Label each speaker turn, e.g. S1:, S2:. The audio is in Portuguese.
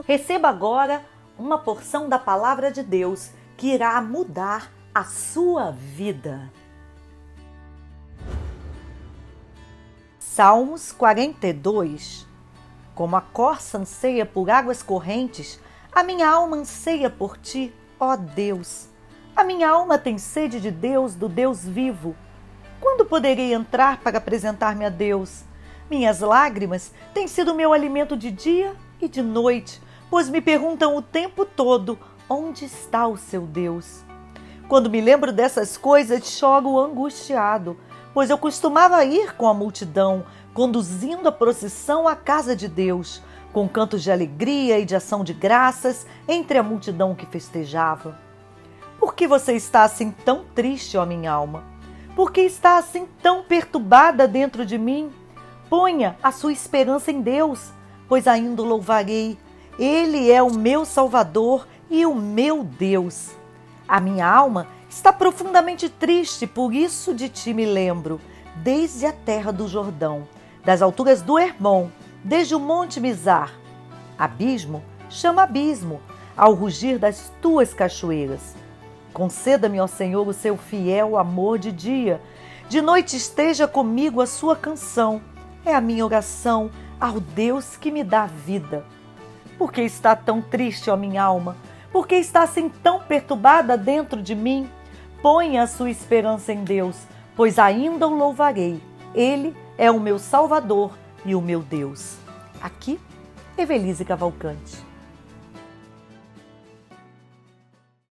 S1: Receba agora uma porção da Palavra de Deus que irá mudar a sua vida. Salmos 42. Como a corça anseia por águas correntes, a minha alma anseia por ti, ó Deus. A minha alma tem sede de Deus, do Deus vivo. Quando poderei entrar para apresentar-me a Deus? Minhas lágrimas têm sido meu alimento de dia e de noite, pois me perguntam o tempo todo: onde está o seu Deus? Quando me lembro dessas coisas, choro angustiado, pois eu costumava ir com a multidão, conduzindo a procissão à casa de Deus, com cantos de alegria e de ação de graças entre a multidão que festejava. Por que você está assim tão triste, ó minha alma? Por que está assim tão perturbada dentro de mim? Ponha a sua esperança em Deus, pois ainda o louvarei. Ele é o meu Salvador e o meu Deus. A minha alma está profundamente triste, por isso de ti me lembro, desde a terra do Jordão, das alturas do Hermon, desde o monte Mizar. Abismo chama abismo, ao rugir das tuas cachoeiras. Conceda-me, ó Senhor, o seu fiel amor de dia. De noite esteja comigo a sua canção. É a minha oração ao Deus que me dá vida. Por que está tão triste, ó minha alma? Por que está assim tão perturbada dentro de mim? Ponha a sua esperança em Deus, pois ainda o louvarei. Ele é o meu Salvador e o meu Deus. Aqui, Evelise Cavalcante.